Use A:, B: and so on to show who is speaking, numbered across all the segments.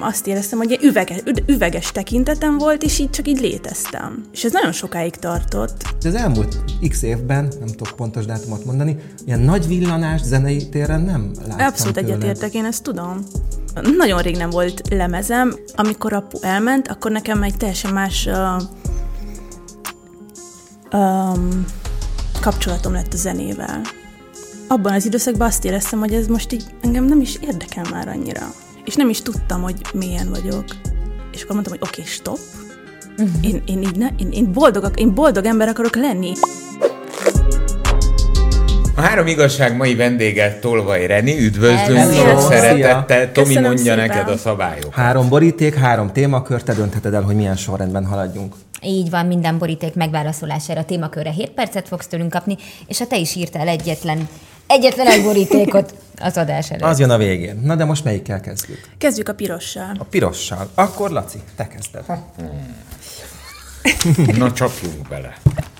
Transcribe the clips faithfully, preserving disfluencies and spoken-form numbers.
A: azt éreztem, hogy üveges, üveges tekintetem volt, és így csak így léteztem. És ez nagyon sokáig tartott.
B: Az elmúlt x évben, nem tudok pontos dátumot mondani, ilyen nagy villanás zenei téren nem láttam.
A: Abszolút egyetértek, én ezt tudom. Nagyon rég nem volt lemezem. Amikor apu elment, akkor nekem egy teljesen más uh, um, kapcsolatom lett a zenével. Abban az időszakban azt éreztem, hogy ez most így engem nem is érdekel már annyira. És nem is tudtam, hogy milyen vagyok. És akkor mondtam, hogy oké, okay, stop. Uh-huh. Én, én, így ne, én, én, boldog, én boldog ember akarok lenni.
C: A Három Igazság mai vendége Tolvay Reni. Üdvözlünk sok szeretettel. Tomi
A: Köszönöm
C: mondja
A: szépen.
C: neked a szabályokat.
B: Három boríték, három témakör, te döntheted el, hogy milyen sorrendben haladjunk.
D: Így van, minden boríték megválaszolására a témakörre hét percet fogsz tőlünk kapni, és ha te is írtál egyetlen, egyetlen egy borítékot az adás előtt.
B: Az jön a végén. Na de most melyikkel kezdjük?
A: Kezdjük a pirossal.
B: A pirossal. Akkor Laci, te kezded.
C: Na csapjunk bele.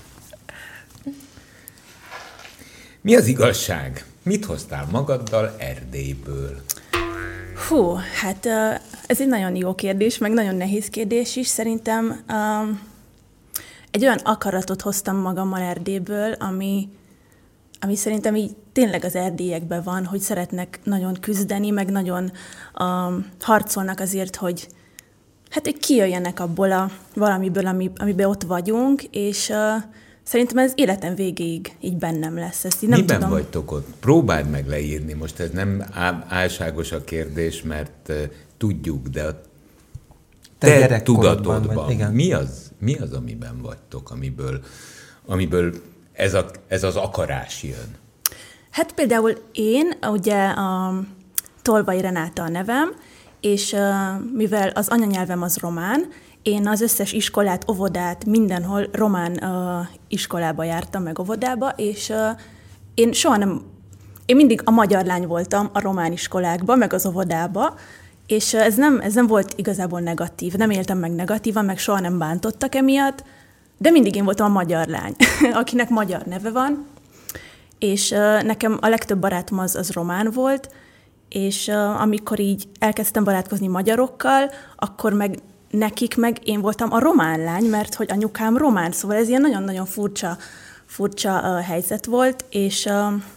C: Mi az igazság? Mit hoztál magaddal Erdélyből?
A: Hú, hát ez egy nagyon jó kérdés, meg nagyon nehéz kérdés is. Szerintem um, egy olyan akaratot hoztam magammal Erdélyből, ami, ami szerintem így tényleg az erdélyekben van, hogy szeretnek nagyon küzdeni, meg nagyon um, harcolnak azért, hogy hát hogy kijöjjenek abból a valamiből, ami, amiben ott vagyunk, és uh, szerintem ez életem végéig így bennem lesz. Ezt így nem
C: Miben
A: tudom.
C: vagytok ott? Próbáld meg leírni. Most ez nem álságos a kérdés, mert uh, tudjuk, de a te, te tudatodban
B: vagy,
C: mi az, mi az, amiben vagytok, amiből, amiből ez, a, ez az akarás jön?
A: Hát például én, ugye a Tolvay Renáta a nevem, és uh, mivel az anyanyelvem az román, én az összes iskolát, óvodát, mindenhol román uh, iskolába jártam, meg óvodába, és uh, én soha nem, én mindig a magyar lány voltam a román iskolákba, meg az óvodába, és uh, ez, nem, ez nem volt igazából negatív, nem éltem meg negatívan, meg soha nem bántottak emiatt, de mindig én voltam a magyar lány, akinek magyar neve van, és uh, nekem a legtöbb barátom az, az román volt, és uh, amikor így elkezdtem barátkozni magyarokkal, akkor meg nekik meg én voltam a román lány, mert hogy anyukám román, szóval ez ilyen nagyon-nagyon furcsa, furcsa uh, helyzet volt, és uh,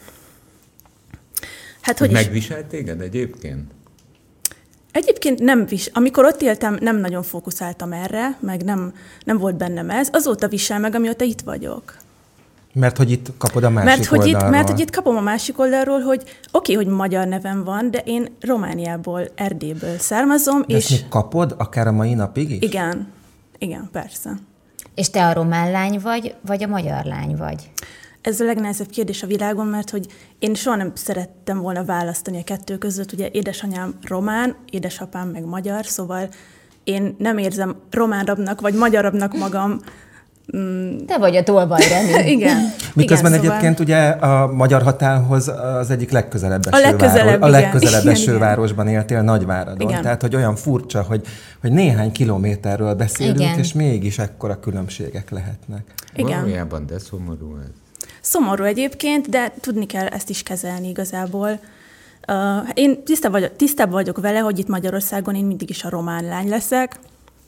A: hát hogy, hogy
C: megviselt téged egyébként?
A: Egyébként nem vis, amikor ott éltem, nem nagyon fókuszáltam erre, meg nem, nem volt bennem ez, azóta visel meg, amióta itt vagyok.
B: Mert hogy itt kapod a másik
A: mert, hogy
B: oldalról.
A: Itt, mert hogy itt kapom a másik oldalról, hogy oké, okay, hogy magyar nevem van, de én Romániából, Erdélyből származom.
B: De
A: és
B: ezt még kapod akár a mai napig is?
A: Igen, igen, persze.
D: És te a román lány vagy, vagy a magyar lány vagy?
A: Ez a legnehezebb kérdés a világon, mert hogy én soha nem szerettem volna választani a kettő között. Ugye édesanyám román, édesapám meg magyar, szóval én nem érzem románabbnak vagy magyarabbnak magam.
D: Te vagy a Tolvay Reni.
A: Igen.
B: Miközben
A: igen,
B: egyébként
A: szóval...
B: ugye a magyar határhoz az egyik legközelebb eső,
A: a legközelebb,
B: város, a legközelebb
A: igen,
B: eső
A: igen.
B: városban éltél, Nagyváradon.
A: Igen.
B: Tehát, hogy olyan furcsa, hogy, hogy néhány kilométerről beszélünk,
D: igen.
B: és mégis ekkora különbségek lehetnek.
A: Igen.
C: Valójában, de szomorú ez.
A: Szomorú egyébként, de tudni kell ezt is kezelni igazából. Uh, én tisztában vagyok, tisztában vagyok vele, hogy itt Magyarországon én mindig is a román lány leszek,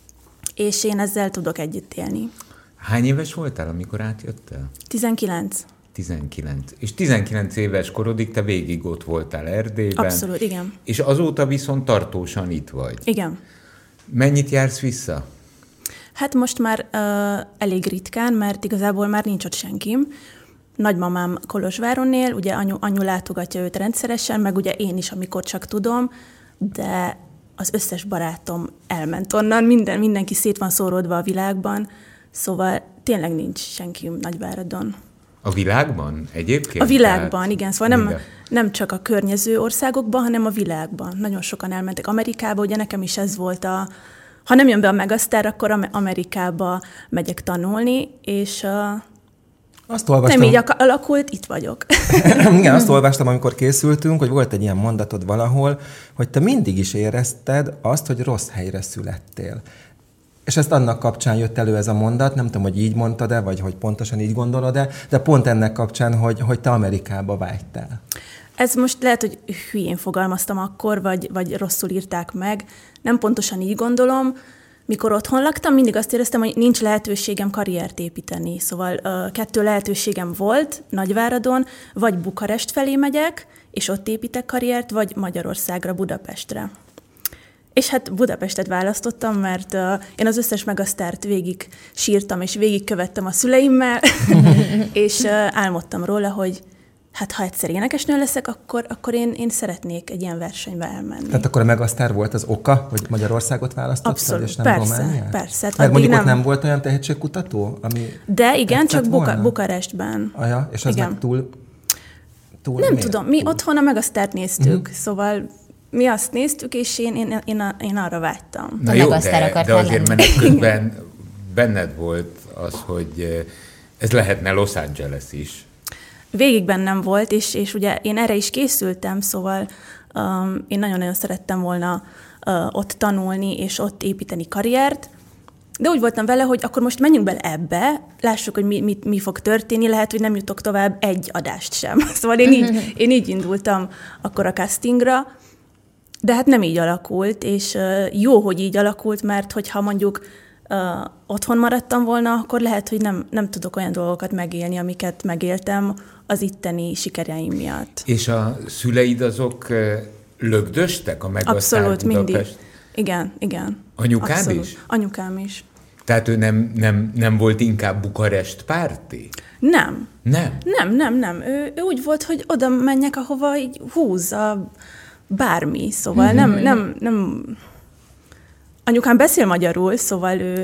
A: és én ezzel tudok együtt élni.
C: Hány éves voltál, amikor átjöttél?
A: tizenkilenc.
C: tizenkilenc. És tizenkilenc éves korodig te végig ott voltál Erdélyben.
A: Abszolút, igen.
C: És azóta viszont tartósan itt vagy.
A: Igen.
C: Mennyit jársz vissza?
A: Hát most már uh, elég ritkán, mert igazából már nincs ott senkim. Nagymamám Kolozsváron él, ugye anyu, anyu látogatja őt rendszeresen, meg ugye én is, amikor csak tudom, de az összes barátom elment onnan, minden, mindenki szét van szóródva a világban, szóval tényleg nincs senki Nagyváradon.
C: A világban egyébként?
A: A világban,
C: Tehát
A: igen, szóval nem,
C: minden.
A: nem csak a környező országokban, hanem a világban. Nagyon sokan elmentek Amerikába, ugye nekem is ez volt a... Ha nem jön be a Megasztár, akkor Amerikába megyek tanulni, és uh,
B: azt olvastam,
A: nem így alakult, itt vagyok.
B: Igen, azt olvastam, amikor készültünk, hogy volt egy ilyen mondatod valahol, hogy te mindig is érezted azt, hogy rossz helyre születtél. És ezt annak kapcsán jött elő ez a mondat, nem tudom, hogy így mondtad-e, vagy hogy pontosan így gondolod-e, de pont ennek kapcsán, hogy, hogy te Amerikába vágytál.
A: Ez most lehet, hogy hülyén fogalmaztam akkor, vagy, vagy rosszul írták meg. Nem pontosan így gondolom. Mikor otthon laktam, mindig azt éreztem, hogy nincs lehetőségem karriert építeni. Szóval uh, kettő lehetőségem volt Nagyváradon, vagy Bukarest felé megyek, és ott építek karriert, vagy Magyarországra, Budapestre. És hát Budapestet választottam, mert uh, én az összes megasztárt végig sírtam, és végig követtem a szüleimmel, és uh, álmodtam róla, hogy hát ha egyszer énekesnő leszek, akkor, akkor én, én szeretnék egy ilyen versenybe elmenni.
B: Tehát akkor a megasztár volt az oka, hogy Magyarországot választottad,
A: Abszolút,
B: és nem
A: persze,
B: Romániát?
A: persze. Hát
B: mert mondjuk
A: nem...
B: ott nem volt olyan tehetségkutató, ami
A: De igen, csak
B: Buka-
A: Bukarestben.
B: Aja, és az
A: igen.
B: meg túl... túl
A: nem
B: miért?
A: tudom, mi
B: túl?
A: otthon a megasztárt néztük,
B: Uh-huh.
A: szóval mi azt néztük, és én, én, én, én arra vágytam.
C: Na
D: A
C: jó,
D: megasztár
C: de,
D: akartál
C: de azért
D: lenni.
C: menet közben benned volt az, hogy ez lehetne Los Angeles is.
A: Végig bennem volt, és, és ugye én erre is készültem, szóval um, én nagyon-nagyon szerettem volna uh, ott tanulni, és ott építeni karriert, de úgy voltam vele, hogy akkor most menjünk bele ebbe, lássuk, hogy mi, mi, mi fog történni, lehet, hogy nem jutok tovább egy adást sem. Szóval én így, én így indultam akkor a castingra, de hát nem így alakult, és uh, jó, hogy így alakult, mert hogyha mondjuk uh, otthon maradtam volna, akkor lehet, hogy nem, nem tudok olyan dolgokat megélni, amiket megéltem az itteni sikereim miatt.
C: És a szüleid azok eh, lögdöstek a megasztár
A: Abszolút,
C: Budapest?
A: mindig. Igen, igen.
C: Anyukád
A: Abszolút.
C: is?
A: Anyukám is.
C: Tehát ő nem, nem, nem volt inkább Bukarest párti?
A: Nem.
C: Nem.
A: Nem, nem, nem. Ő, ő úgy volt, hogy oda menjek, ahova így húz a bármi. Szóval mm-hmm. nem, nem, nem... Anyukám beszél magyarul, szóval ő,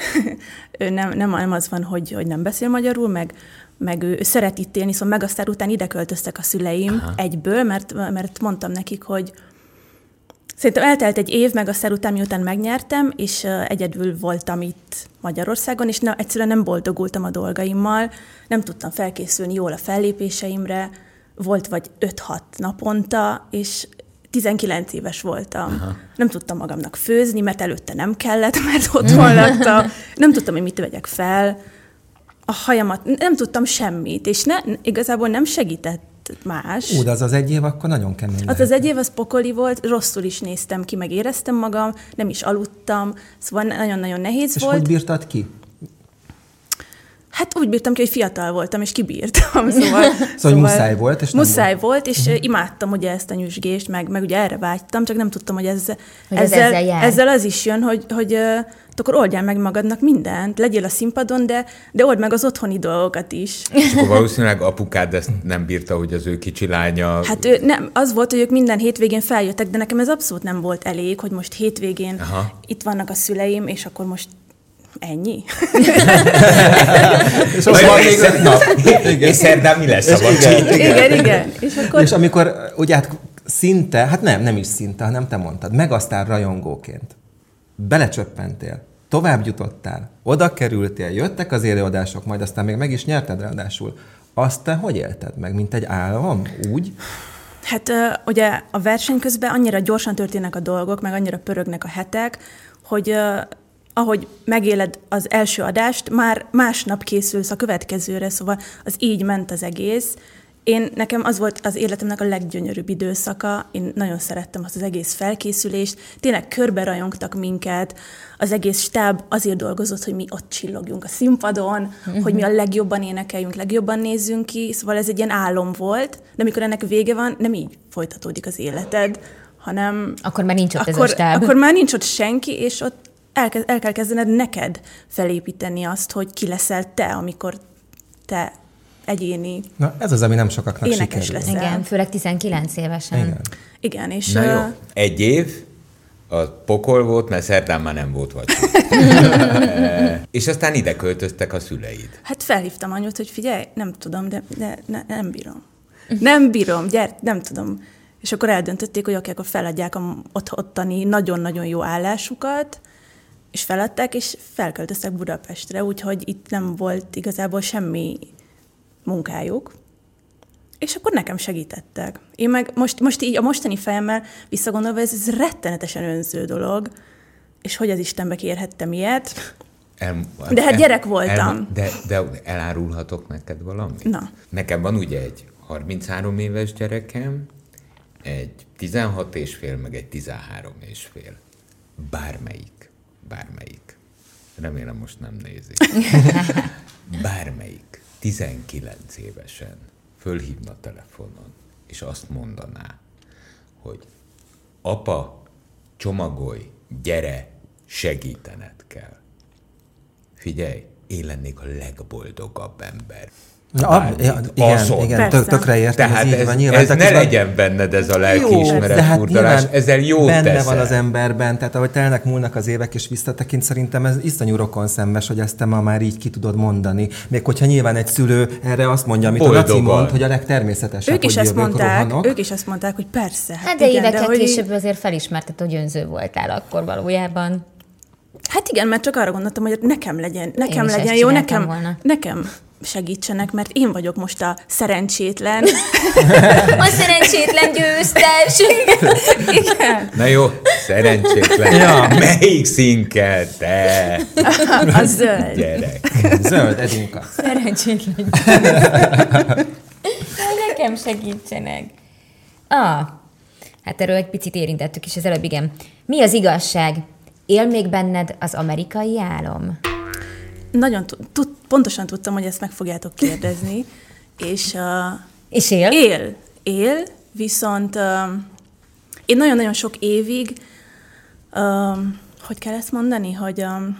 A: ő nem, nem, nem az van, hogy, hogy nem beszél magyarul, meg, meg ő, ő szeret itt élni, szóval megasztár után ide költöztek a szüleim Aha. egyből, mert, mert mondtam nekik, hogy szerintem eltelt egy év megasztár után, miután megnyertem, és egyedül voltam itt Magyarországon, és ne, egyszerűen nem boldogultam a dolgaimmal, nem tudtam felkészülni jól a fellépéseimre, volt vagy öt-hat naponta, és tizenkilenc éves voltam. Aha. Nem tudtam magamnak főzni, mert előtte nem kellett, mert otthon laktam. Nem tudtam, hogy mit vegyek fel. A hajamat, nem tudtam semmit, és ne, igazából nem segített más.
B: Ú, de az az egy év akkor nagyon kemény
A: Az
B: lehet.
A: az egy év, az pokoli volt, rosszul is néztem ki, meg éreztem magam, nem is aludtam, szóval nagyon-nagyon nehéz
B: és
A: volt.
B: És hogy bírtad ki?
A: Hát úgy bírtam ki, hogy fiatal voltam, és kibírtam. Szóval, szóval,
B: szóval muszáj volt, és nem
A: Muszáj
B: volt.
A: volt, és uh-huh. imádtam ugye ezt a nyüzsgést, meg, meg ugye erre vágytam, csak nem tudtam, hogy, ez,
D: hogy
A: ezzel,
D: ez ezzel, jár.
A: ezzel az is jön, hogy, hogy uh, akkor oldjál meg magadnak mindent, legyél a színpadon, de, de old meg az otthoni dolgokat is.
C: És akkor valószínűleg apukád ezt nem bírta, hogy az ő kicsi lánya...
A: Hát ő, nem, az volt, hogy ők minden hétvégén feljöttek, de nekem ez abszolút nem volt elég, hogy most hétvégén
C: Aha.
A: itt vannak a szüleim, és akkor most ennyi.
B: és az van még öt nap.
C: És szerdán mi lesz a vacsi?
A: Igen, igen. És, akkor...
B: és amikor, ugye hát szinte, hát nem, nem is szinte, hanem te mondtad, megasztár rajongóként belecsöppentél, tovább jutottál, oda kerültél, jöttek az előadások, majd aztán még meg is nyerted ráadásul. Azt te hogy élted meg, mint egy álom? Úgy?
A: Hát ugye a verseny közben annyira gyorsan történnek a dolgok, meg annyira pörögnek a hetek, hogy ahogy megéled az első adást, már másnap készülsz a következőre, szóval az így ment az egész. Én, nekem az volt az életemnek a leggyönyörűbb időszaka, én nagyon szerettem azt az egész felkészülést, tényleg körbe rajongtak minket, az egész stáb azért dolgozott, hogy mi ott csillogjunk a színpadon, uh-huh. hogy mi a legjobban énekeljünk, legjobban nézzünk ki, szóval ez egy ilyen álom volt, de amikor ennek vége van, nem így folytatódik az életed, hanem...
D: Akkor már nincs ott
A: akkor,
D: ez a stáb.
A: Akkor már nincs ott senki, és ott el, el kell kezdened neked felépíteni azt, hogy ki leszel te, amikor te egyéni
B: Na, ez az, ami nem sokaknak
A: énekes
B: sikerül.
A: leszel.
D: Igen, főleg tizenkilenc évesen.
B: Igen.
A: Igen, és...
C: Na jó,
A: uh,
C: egy év, a pokol volt, mert szerdán már nem volt vacsi. És aztán ide költöztek a szüleid.
A: Hát felhívtam anyut, hogy figyelj, nem tudom, de, de ne, nem bírom. Nem bírom, gyere, nem tudom. És akkor eldöntötték, hogy oké, akkor feladják a ott, ottani nagyon-nagyon jó állásukat, és feladták, és felköltöztek Budapestre, úgyhogy itt nem volt igazából semmi munkájuk. És akkor nekem segítettek. Én meg most, most így a mostani fejemmel visszagondolva, ez, ez rettenetesen önző dolog, és hogy az Istenbe kérhettem ilyet.
C: El,
A: De hát
C: el,
A: gyerek voltam.
C: El, de, de elárulhatok neked valamit?
A: Na.
C: Nekem van ugye egy harminchárom éves gyerekem, egy tizenhat és fél, meg egy tizenhárom és fél. Bármelyik. Bármelyik. Remélem most nem nézik. Bármelyik tizenkilenc évesen fölhívna telefonon, és azt mondaná, hogy apa, csomagolj, gyere, segítened kell. Figyelj, én lennék a legboldogabb ember.
B: Na, ab, ja, igen, igen tök, tökre értem,
C: tehát
B: ez így
C: ez,
B: van. Nyilván,
C: ez ne
B: ez
C: legyen benned ez a lelkiismeret
B: hát
C: furdalás, ezzel jót
B: benne
C: teszel.
B: van az emberben, tehát ahogy telnek múlnak az évek és visszatekint, szerintem ez iszonyú rokonszenves, hogy ezt te ma már így ki tudod mondani. Még hogyha nyilván egy szülő erre azt mondja, amit Boldogan. A Laci mond, hogy a legtermészetesebb,
A: ők is
B: hogy
A: ezt mondták,
B: rohanok.
A: Ők is ezt mondták, hogy persze. Hát,
D: hát de
A: igen,
D: évekkel
A: de hogy...
D: később azért felismerted, hogy önző voltál akkor valójában.
A: Hát igen, mert csak arra gondoltam, hogy nekem legyen, nekem
D: is
A: legyen
D: ezt
A: jó,
D: csináltam
A: nekem,
D: volna.
A: nekem segítsenek, mert én vagyok most a szerencsétlen.
D: A szerencsétlen győztes.
A: Igen.
C: Na jó, szerencsétlen. Ja. Melyik szín kell, te?
A: A zöld.
C: Gyerek.
B: Zöld, Edinka.
D: Szerencsétlen győztes. Nekem segítsenek. Ah, hát erről egy picit érintettük is az előbb, igen. Mi az igazság? Él még benned az amerikai álom?
A: Nagyon tud, pontosan tudtam, hogy ezt meg fogjátok kérdezni, és... Uh,
D: és él?
A: Él, él, viszont uh, én nagyon-nagyon sok évig, uh, hogy kell ezt mondani, hogy um,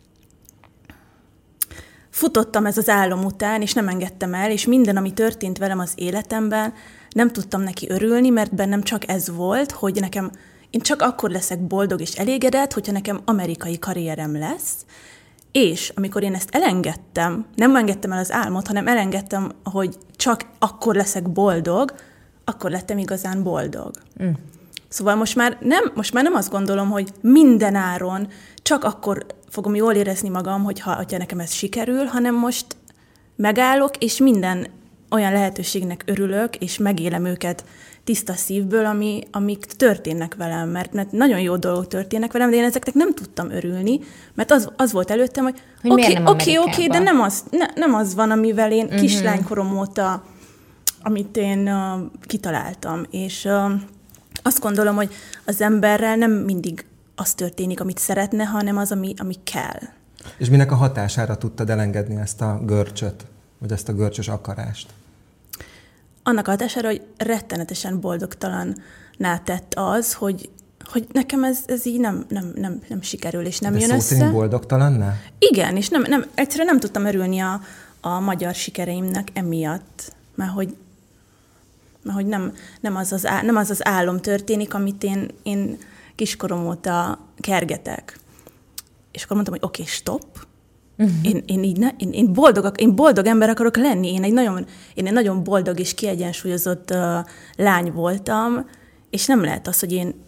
A: futottam ez az álom után, és nem engedtem el, és minden, ami történt velem az életemben, nem tudtam neki örülni, mert bennem csak ez volt, hogy nekem, én csak akkor leszek boldog és elégedett, hogyha nekem amerikai karrierem lesz. És amikor én ezt elengedtem, nem engedtem el az álmot, hanem elengedtem, hogy csak akkor leszek boldog, akkor lettem igazán boldog. Mm. Szóval most már, nem, most már nem azt gondolom, hogy minden áron csak akkor fogom jól érezni magam, hogyha, hogyha nekem ez sikerül, hanem most megállok, és minden olyan lehetőségnek örülök, és megélem őket tiszta szívből, ami, amik történnek velem, mert, mert nagyon jó dolgok történnek velem, de én ezeknek nem tudtam örülni, mert az, az volt előttem, hogy oké, oké, oké, de nem az, ne, nem az van, amivel én uh-huh. kislánykorom óta, amit én uh, kitaláltam. És uh, azt gondolom, hogy az emberrel nem mindig az történik, amit szeretne, hanem az, ami, ami kell.
B: És minek a hatására tudtad elengedni ezt a görcsöt, vagy ezt a görcsös akarást?
A: Annak a hatására, hogy rettenetesen boldogtalanná tett az, hogy, hogy nekem ez, ez így nem, nem, nem, nem sikerül, és nem
B: de
A: jön
B: szó
A: össze.
B: szerint boldogtalanná?
A: Igen, és nem, nem, egyszerűen nem tudtam örülni a, a magyar sikereimnek emiatt, mert hogy, mert hogy nem, nem, az az á, nem az az álom történik, amit én, én kiskorom óta kergetek. És akkor mondtam, hogy oké, okay, stop. Uh-huh. Én, én, így ne, én, én, boldog, én boldog ember akarok lenni. Én egy nagyon, én egy nagyon boldog és kiegyensúlyozott uh, lány voltam, és nem lehet az, hogy én,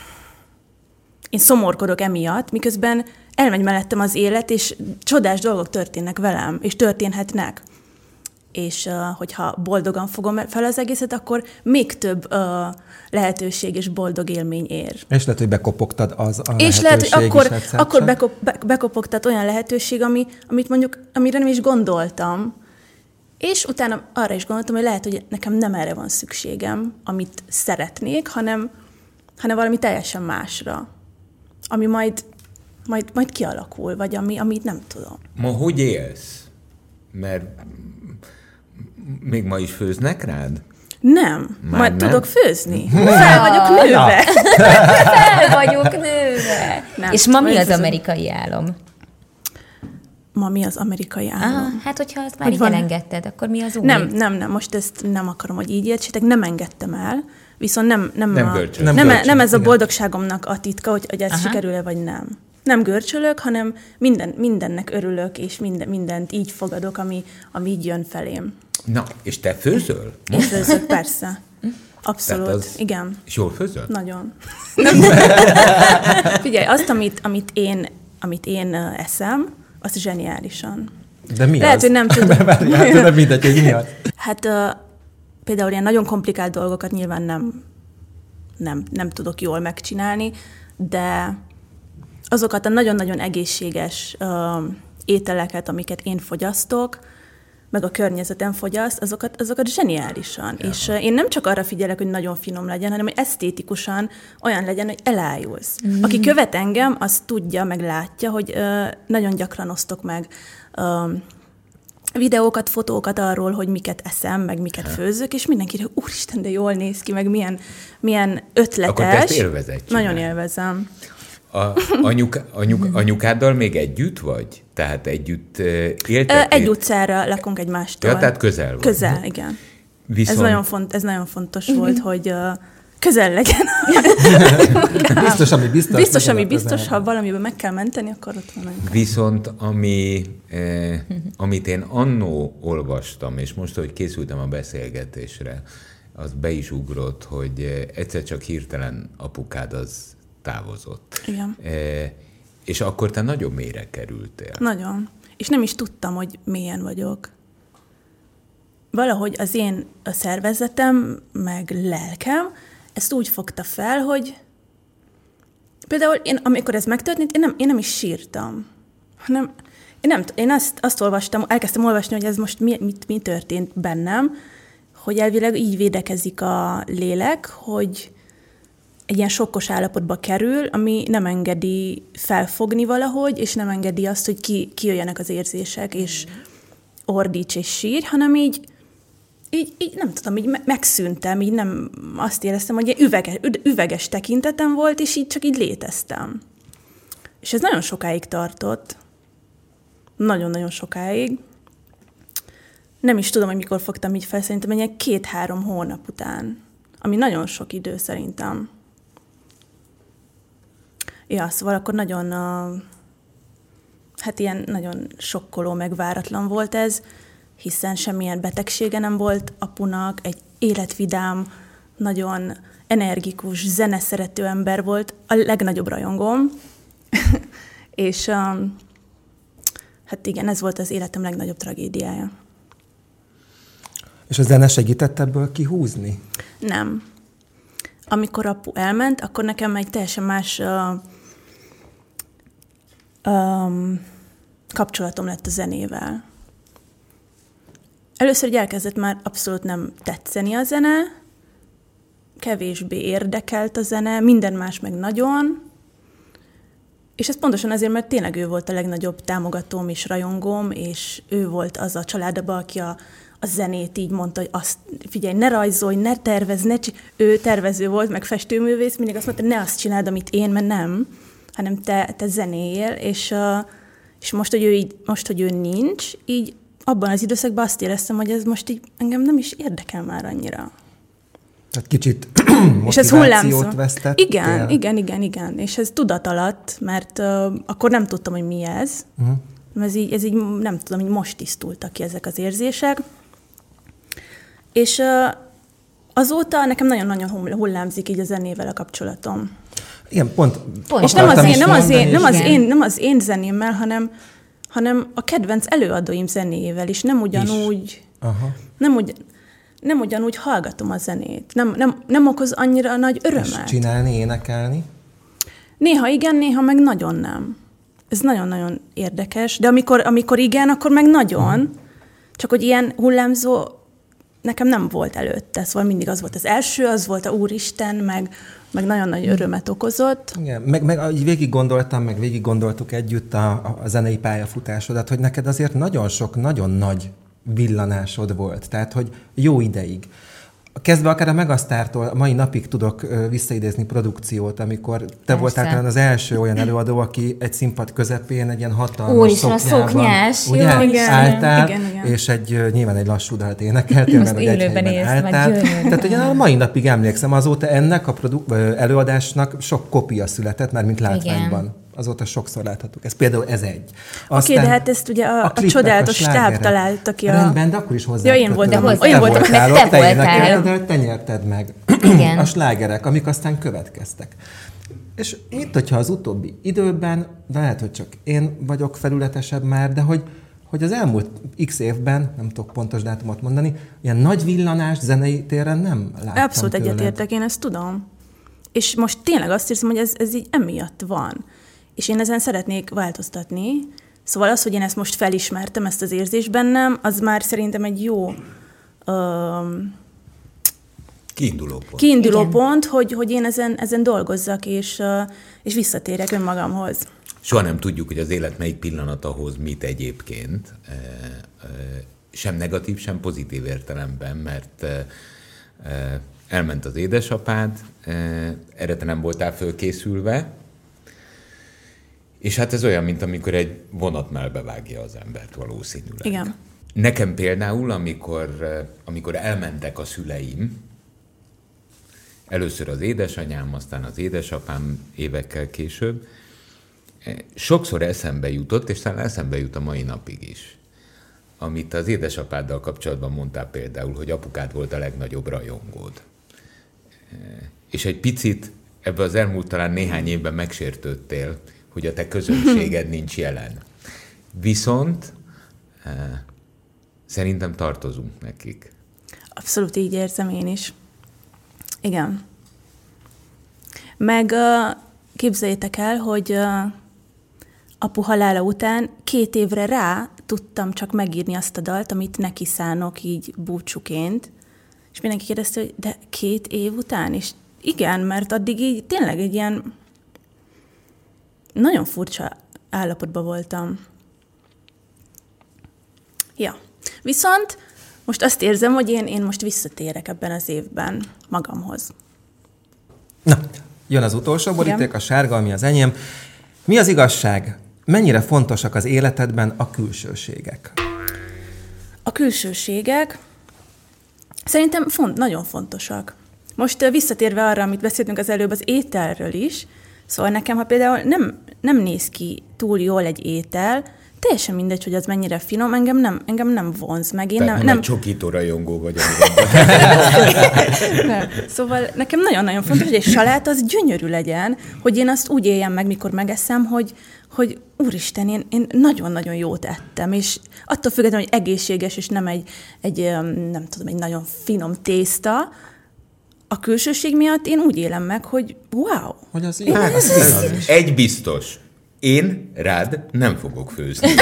A: én szomorkodok emiatt, miközben elmegy mellettem az élet, és csodás dolgok történnek velem, és történhetnek. És uh, hogyha boldogan fogom fel az egészet, akkor még több uh, lehetőség és boldog élmény ér.
B: És lehet, hogy bekopogtad az a
A: és lehet, hogy akkor,
B: is
A: akkor bekop, be, bekopogtat olyan lehetőség, ami, amit mondjuk, amire nem is gondoltam. És utána arra is gondoltam, hogy lehet, hogy nekem nem erre van szükségem, amit szeretnék, hanem, hanem valami teljesen másra, ami majd, majd, majd kialakul, vagy ami, amit nem tudom.
C: Ma hogy élsz? Mert még ma is főznek rád?
A: Nem.
C: Már
A: Majd
C: nem?
A: tudok főzni. Fel vagyok nőve.
D: Fel vagyok nőve. Nem, és ma mi az amerikai álom?
A: Ma mi az amerikai álom?
D: Ah, hát, hogyha azt már
A: hogy
D: így
A: van...
D: elengedted, akkor mi az új?
A: Nem, nem, nem. Most ezt nem akarom, hogy így értsétek. Nem engedtem el. Viszont nem, nem,
C: nem,
A: a,
C: görcsöl.
A: nem,
B: nem,
A: nem, nem ez a
B: igen.
A: boldogságomnak a titka, hogy, hogy ez
D: Aha.
A: sikerül-e, vagy nem. Nem görcsölök, hanem minden, mindennek örülök, és minden, mindent így fogadok, ami, ami így jön felém.
C: Na, és te főzöl?
A: Én főzök, persze. Abszolút,
C: az...
A: igen.
C: És jól főzöl?
A: Nagyon. Figyelj, azt, amit, amit, én, amit én eszem, azt zseniálisan.
B: De mi
A: Lehet,
B: az?
A: hogy nem tudom.
B: Várjál, de mindegy, hogy mi az?
A: Hát uh, például ilyen nagyon komplikált dolgokat nyilván nem, nem, nem tudok jól megcsinálni, de azokat a nagyon-nagyon egészséges uh, ételeket, amiket én fogyasztok, meg a környezetem fogyaszt, azokat, azokat zseniálisan. Ja. És uh, én nem csak arra figyelek, hogy nagyon finom legyen, hanem hogy esztétikusan olyan legyen, hogy elájulsz. Mm. Aki követ engem, az tudja, meg látja, hogy uh, nagyon gyakran osztok meg uh, videókat, fotókat arról, hogy miket eszem, meg miket főzök, és mindenki, hogy úristen, de jól néz ki, meg milyen, milyen ötletes.
C: Akkor te ezt élvezed csinálni.
A: Nagyon élvezem.
C: A anyuk, anyuk, anyukáddal még együtt vagy? Tehát együtt uh, éltek?
A: Egy utcára lakunk egymástól.
C: Ja, tehát közel van.
A: Közel, igen.
C: Viszont...
A: Ez, nagyon font, ez nagyon fontos volt, hogy uh, közel legyen.
B: biztos, ami biztos.
A: Biztos, ami biztos, ha valamiben meg kell menteni, akkor ott van.
C: Viszont ami, eh, amit én annó olvastam, és most, hogy készültem a beszélgetésre, az be is ugrott, hogy egyszer csak hirtelen apukád az távozott.
A: Igen.
C: Eh, és akkor te nagyon mélyre kerültél.
A: Nagyon. És nem is tudtam, hogy mélyen vagyok. Valahogy az én a szervezetem, meg lelkem ezt úgy fogta fel, hogy például én, amikor ez megtörtént, én nem, én nem is sírtam, hanem én, nem, én azt, azt olvastam, elkezdtem olvasni, hogy ez most mi, mit, mi történt bennem, hogy elvileg így védekezik a lélek, hogy egy ilyen sokkos állapotba kerül, ami nem engedi felfogni valahogy, és nem engedi azt, hogy ki, kijöjjenek az érzések, és ordíts és sírj, hanem így, így, így nem tudom, így megszűntem, így nem azt éreztem, hogy üveges, üveges tekintetem volt, és így csak így léteztem. És ez nagyon sokáig tartott. Nagyon-nagyon sokáig. Nem is tudom, hogy mikor fogtam így fel, szerintem egy két-három hónap után. Ami nagyon sok idő szerintem. Ja, szóval akkor nagyon, uh, hát ilyen nagyon sokkoló, meg váratlan volt ez, hiszen semmilyen betegsége nem volt apunak, egy életvidám, nagyon energikus, zeneszerető ember volt, a legnagyobb rajongóm, és um, hát igen, ez volt az életem legnagyobb tragédiája.
B: És a zene segített ebből kihúzni?
A: Nem. Amikor apu elment, akkor nekem egy teljesen más uh, um, kapcsolatom lett a zenével. Először így elkezdett már abszolút nem tetszeni a zene, kevésbé érdekelt a zene, minden más meg nagyon, és ez pontosan azért, mert tényleg ő volt a legnagyobb támogatóm és rajongóm, és ő volt az a családban, aki a, a zenét így mondta, hogy azt, figyelj, ne rajzolj, ne tervezz, ne csi... Ő tervező volt, meg festőművész, mindig azt mondta, ne azt csináld, amit én, mert nem, hanem te, te zenéjél, és, uh, és most, hogy ő így, most, hogy ő nincs, így abban az időszakban azt éreztem, hogy ez most így engem nem is érdekel már annyira.
B: Tehát kicsit
A: és ez
B: motivációt vesztettél?
A: Igen, igen, igen, igen. És ez tudat alatt, mert uh, akkor nem tudtam, hogy mi ez. Uh-huh. Ez így, ez így nem tudom, hogy most tisztultak ki ezek az érzések. És uh, azóta nekem nagyon-nagyon hullámzik így a zenével a kapcsolatom.
B: Igen, pont.
A: pont és nem az, én, nem, az én, nem, az én, nem az én zenémmel, hanem, hanem a kedvenc előadóim zenéjével is. Nem ugyanúgy... Aha. Nem úgy... Nem ugyanúgy hallgatom a zenét. Nem, nem, nem okoz annyira nagy örömet.
B: És csinálni, énekelni?
A: Néha igen, néha meg nagyon nem. Ez nagyon-nagyon érdekes, de amikor, amikor igen, akkor meg nagyon. Uh-huh. Csak hogy ilyen hullámzó nekem nem volt előtte. Szóval mindig az volt az első, az volt a Úristen, meg, meg nagyon nagy örömet okozott.
B: Igen, meg, meg végig gondoltam, meg végig gondoltuk együtt a, a zenei pályafutásodat, hogy neked azért nagyon sok, nagyon nagy villanásod volt. Tehát, hogy jó ideig. Kezdve akár a Megasztártól mai napig tudok visszaidézni produkciót, amikor te Persze. voltál talán az első olyan előadó, aki egy színpad közepén egy ilyen hatalmas
D: Úristen,
B: szoknyában,
D: szoknyás,
B: ugye,
D: jó, igen,
B: álltál,
A: igen, igen.
B: és egy nyilván egy lassú dalt énekeltél,
D: most
B: mert egy helyben álltál. Tehát ugye a mai napig emlékszem, azóta ennek a produ- előadásnak sok kopia született, már mint látványban. Igen. Azóta sokszor láthattuk. Ez például ez egy.
A: Oké, okay, de hát ezt ugye a, a, a csodálatos stáb találta ki a...
B: Rendben, de akkor is hozzá.
A: Ja, én voltam,
D: hozzá. Én voltam, meg te voltál.
B: De te nyerted meg.
D: Igen.
B: A slágerek, amik aztán következtek. És mit, hogyha az utóbbi időben, de lehet, hogy csak én vagyok felületesebb már, de hogy, hogy az elmúlt x évben, nem tudok pontos dátumot mondani, ilyen nagy villanást zenei téren nem láttam.
A: Abszolút egyetértek, én ezt tudom. És most tényleg azt érzem, hogy ez, ez így emiatt van. És én ezen szeretnék változtatni, Szóval az, hogy én ezt most felismertem, ezt az érzést bennem, az már szerintem egy jó uh,
C: kiinduló pont,
A: kiinduló pont hogy, hogy én ezen, ezen dolgozzak, és, uh, és visszatérek önmagamhoz.
C: Soha nem tudjuk, hogy az élet melyik pillanata hoz mit egyébként, sem negatív, sem pozitív értelemben, mert elment az édesapád, erre te nem voltál fölkészülve, és hát ez olyan, mint amikor egy vonat melbevágja az embert valószínűleg.
A: Igen.
C: Nekem például, amikor, amikor elmentek a szüleim, először az édesanyám, aztán az édesapám évekkel később, sokszor eszembe jutott, és talán eszembe jut a mai napig is, amit az édesapáddal kapcsolatban mondtál például, hogy apukád volt a legnagyobb rajongód. És egy picit ebbe az elmúlt talán néhány évben megsértődtél, hogy a te közönséged nincs jelen. Viszont szerintem tartozunk nekik.
A: Abszolút így érzem én is. Igen. Meg uh, képzeljétek el, hogy uh, apu halála után két évre rá tudtam csak megírni azt a dalt, amit neki szánok így búcsúként. És mindenki kérdezte, hogy de két év után? És igen, mert addig így tényleg egy ilyen nagyon furcsa állapotban voltam. Ja. Viszont most azt érzem, hogy én, én most visszatérek ebben az évben magamhoz.
B: Na, jön az utolsó boríték, a sárga, ami az enyém. Mi az igazság? Mennyire fontosak az életedben a külsőségek?
A: A külsőségek szerintem font, nagyon fontosak. Most uh, visszatérve arra, amit beszéltünk az előbb az ételről is, szóval nekem, ha például nem, nem néz ki túl jól egy étel, teljesen mindegy, hogy az mennyire finom, engem nem, engem nem vonz meg. Én
C: Tehát
A: nem,
C: nem,
A: nem
C: egy csokító rajongó vagy.
A: nem. Szóval nekem nagyon-nagyon fontos, hogy egy salát az gyönyörű legyen, hogy én azt úgy éljem meg, mikor megeszem, hogy, hogy úristen, én, én nagyon-nagyon jót ettem, és attól függetlenül, hogy egészséges, és nem egy, egy, nem tudom, egy nagyon finom tészta, a külsőség miatt én úgy élem meg, hogy wow.
B: Hogy az
A: én, ez, ez, ez,
C: Egy biztos. Én rád nem fogok főzni.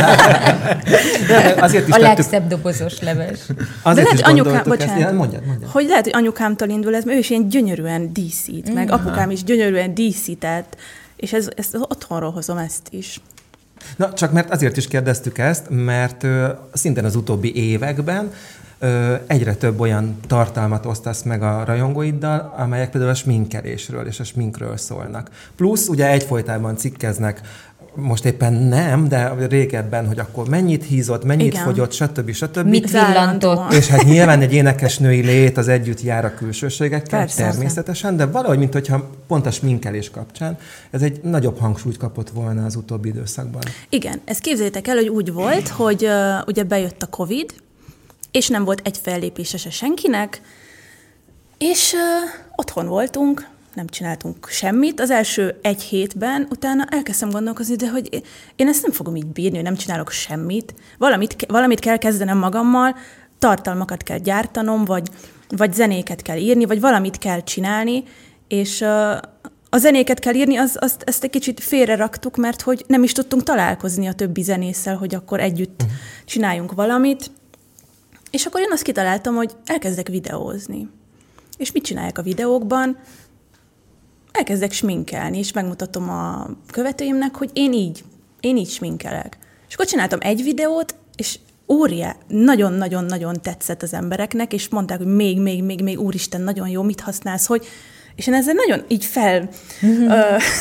B: Azért is
D: a
B: tettük...
D: legszebb dobozos leves.
B: Azért
A: lehet,
B: is
A: anyukám,
B: gondoltuk
A: bocsánat,
B: ezt. Ja, mondjad, mondjad.
A: hogy lehet, hogy anyukámtól indul ez, mert ő is ilyen gyönyörűen díszít, mm. meg apukám is gyönyörűen díszített, és ez, ezt otthonról hozom ezt is.
B: Na, csak mert azért is kérdeztük ezt, mert ö, szintén az utóbbi években ö, egyre több olyan tartalmat osztasz meg a rajongóiddal, amelyek például a sminkelésről és a sminkről szólnak. Plusz ugye egyfolytában cikkeznek, most éppen nem, de régebben, hogy akkor mennyit hízott, mennyit
A: Igen.
B: fogyott, stb. stb.
D: Mit villantott.
B: És hát nyilván egy énekesnői lét az együtt jár a külsőségekkel,
A: Persze,
B: természetesen, de valahogy, mintha pont a sminkelés kapcsán ez egy nagyobb hangsúlyt kapott volna az utóbbi időszakban.
A: Igen, ezt képzeljétek el, hogy úgy volt, hogy uh, ugye bejött a Covid, és nem volt egy fellépése se senkinek, és uh, otthon voltunk, nem csináltunk semmit. Az első egy hétben utána elkezdtem gondolkozni, de hogy én ezt nem fogom így bírni, hogy nem csinálok semmit. Valamit, valamit kell kezdenem magammal, tartalmakat kell gyártanom, vagy, vagy zenéket kell írni, vagy valamit kell csinálni, és uh, a zenéket kell írni, az, azt, ezt egy kicsit félre raktuk, mert hogy nem is tudtunk találkozni a többi zenésszel, hogy akkor együtt uh-huh. csináljunk valamit. És akkor én azt kitaláltam, hogy elkezdek videózni. És mit csinálják a videókban? Elkezdek sminkelni, és megmutatom a követőimnek, hogy én így, én így sminkelek. És akkor csináltam egy videót, és óriá, nagyon-nagyon-nagyon tetszett az embereknek, és mondták, hogy még, még, még, még, úristen, nagyon jó, mit használsz, hogy... És én ezzel nagyon így fel... ö,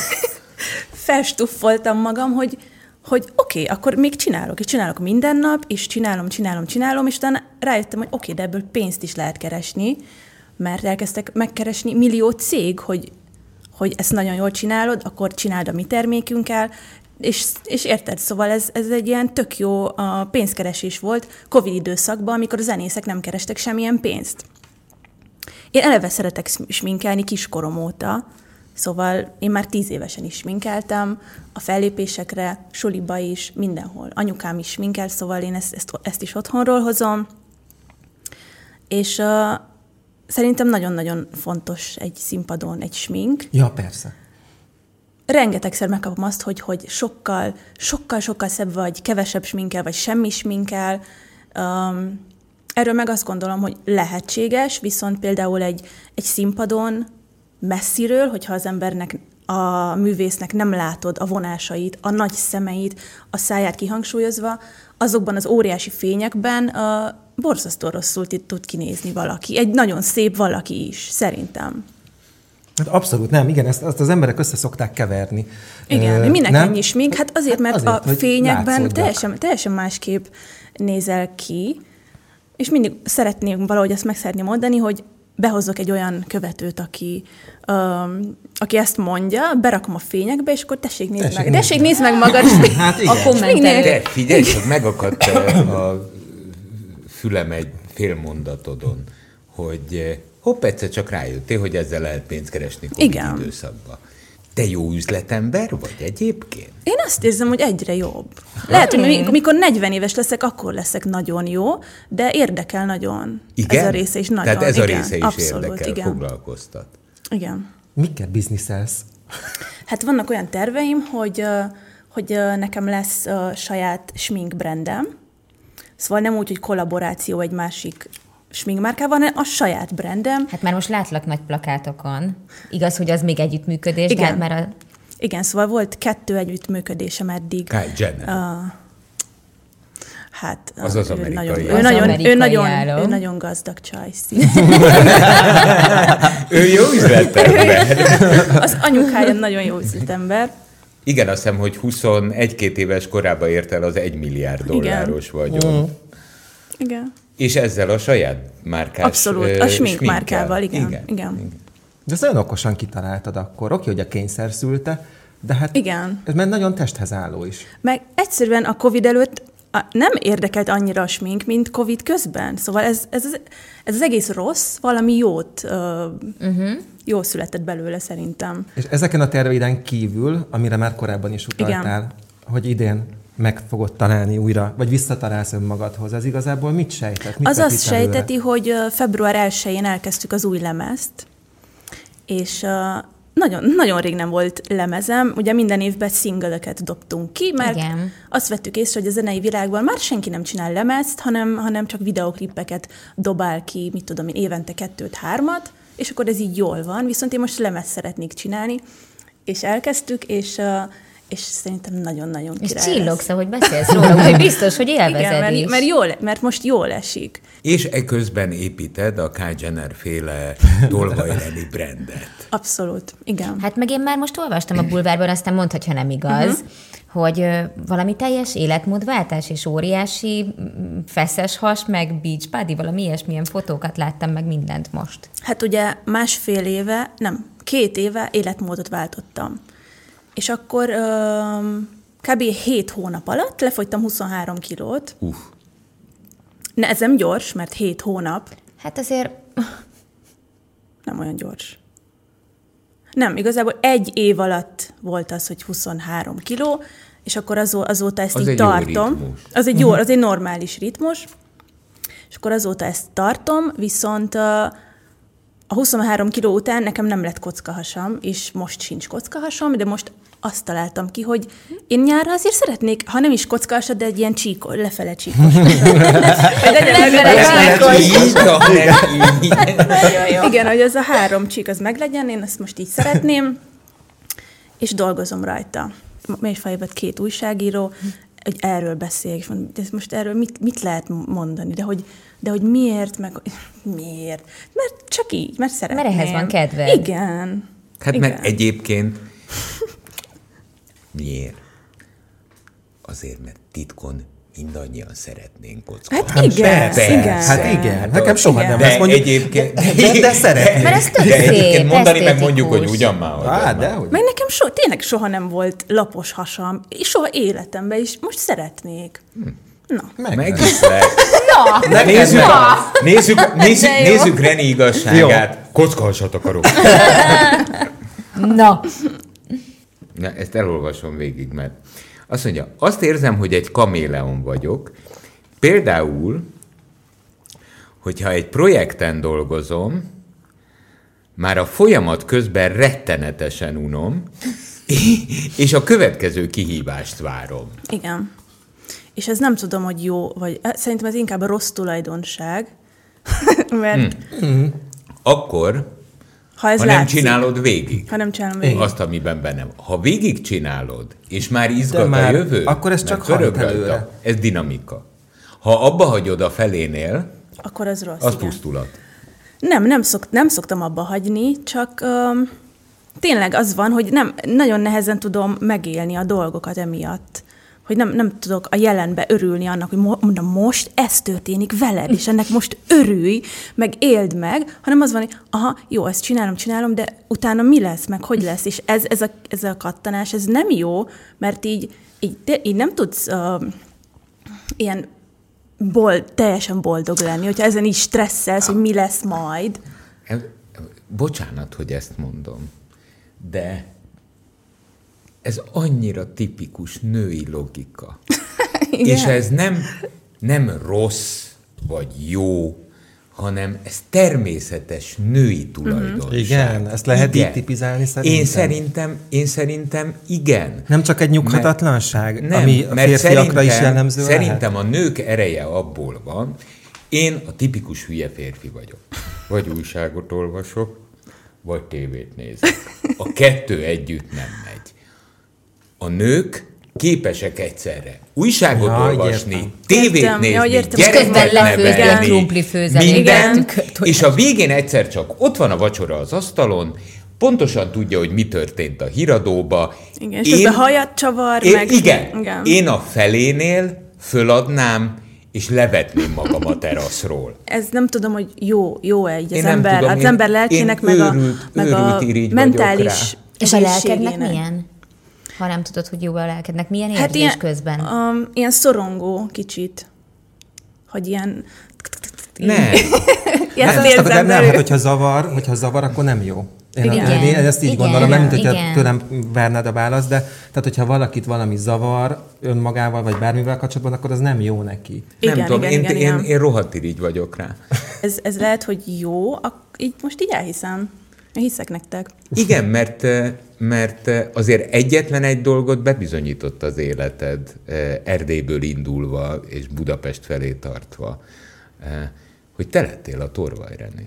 A: felstuffoltam magam, hogy, hogy oké, okay, akkor még csinálok, és csinálok minden nap, és csinálom, csinálom, csinálom, és utána rájöttem, hogy oké, okay, de ebből pénzt is lehet keresni, mert elkezdtek megkeresni millió cég, hogy hogy ezt nagyon jól csinálod, akkor csináld a mi termékünkkel, és, és érted, szóval ez, ez egy ilyen tök jó a pénzkeresés volt Covid időszakban, amikor a zenészek nem kerestek semmilyen pénzt. Én eleve szeretek sminkelni kiskorom óta, szóval én már tíz évesen is sminkeltem, a fellépésekre, suliba is, mindenhol. Anyukám is sminkel, szóval én ezt, ezt, ezt is otthonról hozom, és uh, szerintem nagyon-nagyon fontos egy színpadon egy smink.
B: Ja, persze.
A: rengetegszer megkapom azt, hogy, hogy sokkal, sokkal, sokkal szebb vagy, kevesebb sminkel, vagy semmi sminkel. Um, erről meg azt gondolom, hogy lehetséges, viszont például egy, egy színpadon messziről, hogyha az embernek, a művésznek nem látod a vonásait, a nagy szemeit, a száját kihangsúlyozva, azokban az óriási fényekben uh, borzasztó rosszul tud kinézni valaki. Egy nagyon szép valaki is, szerintem.
B: Hát abszolút nem, igen, ezt, ezt az emberek össze szokták keverni.
A: Igen, minek ennyi smink? Hát azért, mert
B: azért,
A: a fényekben teljesen, teljesen másképp nézel ki, és mindig szeretném valahogy ezt meg szeretném mondani, hogy behozok egy olyan követőt, aki, um, aki ezt mondja, berakom a fényekbe, és akkor tessék nézd tessék meg. Nézd tessék nézd meg magad.
B: Hát igen.
D: A kommentelő.
C: De figyelj, hogy megakadt a fülem egy fél mondatodon, hogy hopp, egyszer csak rájöttél, hogy ezzel lehet pénzt keresni Covid
A: igen.
C: időszakban. Te jó üzletember vagy egyébként?
A: Én azt érzem, hogy egyre jobb. Lehet, hogy mikor negyven éves leszek, akkor leszek nagyon jó, de érdekel nagyon.
C: Igen?
A: Ez a része is nagyon.
C: Tehát ez a
A: igen,
C: része is
A: abszolút,
C: érdekel,
A: igen.
C: foglalkoztat.
A: Igen.
B: Mikkel bizniszelsz?
A: Hát vannak olyan terveim, hogy, hogy nekem lesz saját sminkbrandem. Szóval nem úgy, hogy kollaboráció egy másik sminkmárkával, hanem a saját brandem.
D: Hát már most látlak nagy plakátokon. Igaz, hogy az még együttműködés,
A: igen.
D: de hát már a...
A: Igen, szóval volt kettő együttműködésem eddig.
C: Kylie Jenner.
A: Uh, hát
C: az az
A: ő
C: amerikai
A: nagyon,
C: álló.
A: ő, nagyon,
D: amerikai
A: ő, nagyon,
D: álló.
A: ő nagyon gazdag csaj.
C: Ő jó üzletember.
A: Az anyukája nagyon jó üzletember.
C: Igen, azt hiszem, hogy huszonegy-két éves korában ért el az egy milliárd dolláros
A: igen.
C: vagyon.
B: Mm.
A: Igen.
C: És ezzel a saját márkás
A: abszolút, a sminkmárkával, igen. Igen. igen. igen.
B: De ezt nagyon okosan kitaláltad akkor. Oké, hogy a kényszer szülte, de hát
A: igen.
B: ez már nagyon testhez álló is.
A: Meg egyszerűen a Covid előtt nem érdekelt annyira a smink, mint Covid közben. Szóval ez, ez, ez az egész rossz, valami jót, uh, uh-huh. jó született belőle szerintem.
B: És ezeken a terveiden kívül, amire már korábban is utaltál, igen. hogy idén meg fogod találni újra, vagy visszatalálsz önmagadhoz, ez igazából mit sejtett? Mit
A: az azt
B: előre?
A: sejteti, hogy február elsején elkezdtük az új lemezt, és uh, nagyon, nagyon rég nem volt lemezem, ugye minden évben single-öket dobtunk ki, mert igen. azt vettük észre, hogy a zenei világban már senki nem csinál lemezt, hanem, hanem csak videoklippeket dobál ki, mit tudom én, évente kettőt, hármat, és akkor ez így jól van, viszont én most lemezt szeretnék csinálni, és elkezdtük, és uh, és szerintem nagyon-nagyon király.
D: És csillogsz, ahogy beszélsz róla, hogy biztos, hogy élvezed
A: igen, mert,
D: is.
A: Mert, jól, mert most jól esik.
C: És eközben építed a Kylie Jenner féle tolvajreni brandet.
A: Abszolút, igen.
D: Hát meg én már most olvastam a bulvárban, aztán mondd, hogyha nem igaz, uh-huh. hogy ö, valami teljes életmódváltás és óriási feszes has, meg beach body, valami ilyesmilyen fotókat láttam, meg mindent most.
A: Hát ugye másfél éve, nem, két éve életmódot váltottam. És akkor um, kb. hét hónap alatt lefogytam huszonhárom kilót.
C: Uff.
A: Ne, ez nem gyors, mert hét hónap.
D: Hát azért...
A: Nem olyan gyors. Nem, igazából egy év alatt volt az, hogy huszonhárom kiló, és akkor azó, azóta ezt
C: az
A: így tartom. Az egy jó, az egy normális ritmus. És akkor azóta ezt tartom, viszont a, a huszonhárom kiló után nekem nem lett kockahasam, és most sincs kockahasam, de most azt találtam ki, hogy én nyárra azért szeretnék, ha nem is kockahasad, de egy ilyen csíkos, lefele csíkos. Igen, hogy az a három csík az meglegyen, én ezt most így szeretném, és dolgozom rajta. Mérfajban két újságíró, hogy erről beszél, és mondom, de most erről mit, mit lehet mondani, de hogy, de hogy miért, meg miért? Mert csak így, mert szeretném.
D: Mert ehhez van kedved.
A: Igen.
C: Hát
A: igen.
C: mert egyébként miért? Azért, mert titkon mindannyian szeretnénk kockahasat.
A: Hát igen,
C: persze.
A: igen.
B: Hát igen, nekem soha
C: igen.
B: nem.
C: De
B: Ezt mondjuk,
C: egyébként...
B: De, de szeretném.
D: Mert ez tök
C: De
D: szép,
C: egyébként mondani meg
D: esztétikus.
C: mondjuk, hogy ugyan már. Ugyan
B: Á,
C: már.
B: de hogy?
A: Meg nekem so, tényleg soha nem volt lapos hasam, és soha életemben is, most szeretnék. Na.
C: Meg, meg is lesz.
D: Na,
C: Nézzük,
D: na.
C: a, nézzük, nézzük,
D: De jó.
C: nézzük Reni igazságát. Kockahasat akarok.
D: Na.
C: Na, ezt elolvasom végig, mert azt mondja, azt érzem, hogy egy kaméleon vagyok. Például, hogyha egy projekten dolgozom, már a folyamat közben rettenetesen unom, És a következő kihívást várom.
A: Igen. És ez nem tudom, hogy jó, vagy szerintem ez inkább a rossz tulajdonság, mert...
C: Hmm. Akkor,
A: ha, ez
C: ha
A: látszik,
C: nem csinálod végig.
A: Ha nem csinálom végig.
C: Azt, amiben benne van. Ha végig csinálod, és már izgat
B: már
C: a jövő,
B: akkor ez csak hajt előre.
C: Ez dinamika. Ha abba hagyod a felénél,
A: akkor az rossz,
C: az
A: igen.
C: pusztulat.
A: Nem, nem, szok, nem szoktam abba hagyni, csak um, tényleg az van, hogy nem, nagyon nehezen tudom megélni a dolgokat emiatt. Hogy nem, nem tudok a jelenbe örülni annak, hogy mo- mondom, most ez történik veled, és ennek most örülj, meg éld meg, hanem az van, hogy aha, jó, ezt csinálom, csinálom, de utána mi lesz, meg hogy lesz, és ez, ez, a, ez a kattanás, ez nem jó, mert így, így, így nem tudsz uh, ilyen bold, teljesen boldog lenni, hogyha ezen is stresszelsz, hogy mi lesz majd.
C: Bocsánat, hogy ezt mondom, de ez annyira tipikus női logika. És ez nem, nem rossz vagy jó, hanem ez természetes női tulajdonság.
B: Igen, ezt lehet
C: igen.
B: így tipizálni szerintem.
C: Én szerintem, én szerintem igen.
B: Nem csak egy nyughatatlanság,
C: nem,
B: ami a férfiakra is jellemző
C: Szerintem
B: lehet?
C: a nők ereje abból van, én a tipikus hülye férfi vagyok. Vagy újságot olvasok, vagy tévét nézek. A kettő együtt nem megy. A nők képesek egyszerre újságot
B: ja,
C: olvasni,
B: értem.
C: tévét
A: Értem,
C: nézni,
A: ja, értem.
C: gyereket nevelni, mindent,
D: Igen.
C: és a végén egyszer csak ott van a vacsora az asztalon, pontosan tudja, hogy mi történt a híradóba.
A: Igen, és közben hajat csavar,
C: én,
A: meg...
C: Igen,
A: igen,
C: én a felénél föladnám, és levetném magam a teraszról.
A: Ez nem tudom, hogy jó, jó-e így az
C: Én nem
A: ember,
C: tudom,
A: az
C: én-
A: ember lelkének,
C: én
A: meg a,
C: őrült-
A: meg a
C: őrült irigy vagyok
A: mentális
C: rá.
D: És a lelkednek
A: egészségének.
D: milyen? Ha nem tudod, hogy jó a lelkednek, milyen érzés
A: Hát ilyen,
D: közben?
A: Um, ilyen szorongó kicsit, hogy ilyen...
C: Nem.
A: Ilyen
B: Hát,
A: azt
B: ezt
A: érzem
B: akkor nem, nem,
A: belül.
B: hát hogyha zavar, hogyha zavar, akkor nem jó. Én,
D: Igen.
B: én ezt így
D: Igen,
B: gondolom, nem mint hogyha
D: igen.
B: tőlem várnád a választ, de tehát hogyha valakit valami zavar önmagával, vagy bármivel kapcsolatban, akkor az nem jó neki.
A: Igen,
C: nem tudom,
A: igen,
C: én,
A: igen,
C: én,
A: igen.
C: én rohadt irigy vagyok rá.
A: Ez, ez lehet, hogy jó, ak- így most így elhiszem. Én hiszek nektek.
C: Igen, mert, mert azért egyetlen egy dolgot bebizonyított az életed, Erdélyből indulva és Budapest felé tartva, hogy te lettél a Torvay René.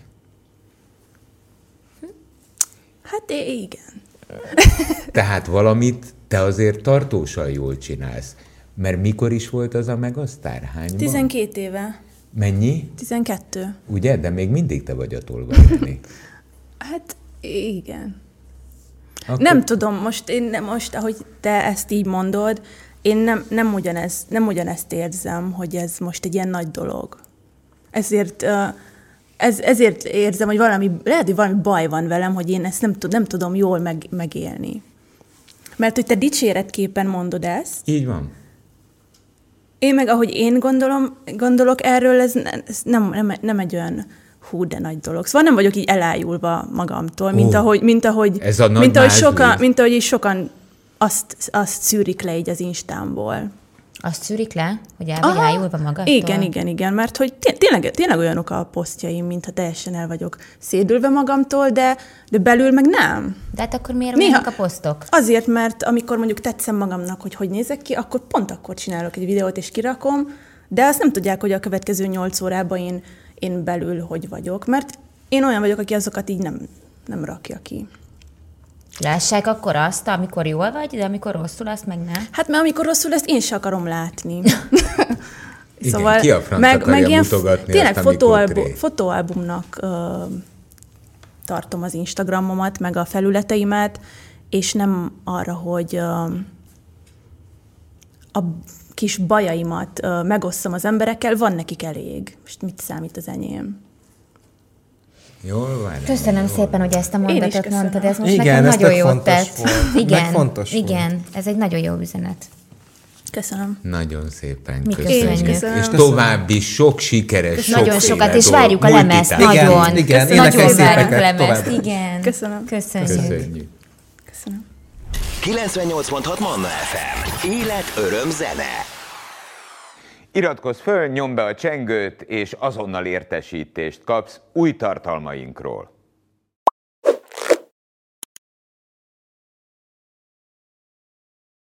A: Hát é- igen.
C: Tehát valamit te azért tartósan jól csinálsz. Mert mikor is volt az a megasztár? Hányban?
A: tizenkét éve.
C: Mennyi?
A: tizenkettő.
C: Ugye? De még mindig te vagy a Torvay René.
A: Hát igen.
C: Akkor...
A: Nem tudom, most, én nem, most, ahogy te ezt így mondod, én nem, nem, ugyanez, nem ugyanezt érzem, hogy ez most egy ilyen nagy dolog. Ezért, uh, ez, ezért érzem, hogy valami, lehet, hogy valami baj van velem, hogy én ezt nem, tud, nem tudom jól meg, megélni. Mert hogy te dicséretképpen mondod ezt,
C: Így van.
A: én meg ahogy én gondolom, gondolok erről, ez, ez nem, nem, nem egy olyan hú, de nagy dolog. Szóval nem vagyok így elájulva magamtól, mint
C: Ó,
A: ahogy, mint ahogy,
C: ez a nagy
A: mint ahogy
C: mázlid.
A: sokan, mint ahogy is sokan azt, azt szűrik le így az Instámból.
D: Azt szűrik le, hogy el vagy ájulva magadtól?
A: Igen, igen, igen, mert hogy té- tényleg, tényleg olyanok a posztjaim, mintha teljesen el vagyok szédülve magamtól, de, de belül meg nem.
D: De hát akkor miért
A: Néha-
D: vannak a posztok?
A: Azért, mert amikor mondjuk tetszem magamnak, hogy hogy nézek ki, akkor pont akkor csinálok egy videót és kirakom, de azt nem tudják, hogy a következő nyolc órában én, én belül hogy vagyok, mert én olyan vagyok, aki azokat így nem, nem rakja ki.
D: Lássák akkor azt, amikor jól vagy, de amikor rosszul, azt meg nem.
A: Hát mert amikor rosszul ezt én sem akarom látni.
C: Igen, ki a franc akarja mutogatni
A: tényleg
C: azt, amikor
A: fotóalbu,
C: tré.
A: fotóalbumnak ö, tartom az Instagramomat, meg a felületeimet, és nem arra, hogy ö, a kis bajaimat ö, megosszam az emberekkel, van nekik elég. Most mit számít az enyém?
C: Jól van.
D: Köszönöm szépen, hogy ezt a mondatot
A: köszönöm.
D: mondtad, ez most
B: Igen,
D: nekem
B: ez
D: nagyon
B: tök
D: jót
B: fontos
D: tett.
B: volt.
D: Igen,
B: Meg fontos volt.
D: igen, ez egy nagyon jó üzenet.
A: Köszönöm.
C: Nagyon szépen
D: Mi
C: köszönjük.
D: köszönjük.
A: Köszönöm.
C: És további sok sikeres,
D: Nagyon
C: sokféle
D: sokat, és
C: dolog.
D: várjuk a lemezt,
C: Multitásking.
D: nagyon.
B: igen,
D: Nagyon
B: énekelj
D: várjuk a
B: szépeket
D: lemezt,
B: tovább.
D: igen.
A: Köszönöm.
D: Köszönjük.
C: Köszönjük.
A: Köszönöm.
E: kilencvennyolc pont hat Manna ef em. Élet, öröm, zene.
C: Iratkozz föl, nyomd be a csengőt, és azonnal értesítést kapsz új tartalmainkról.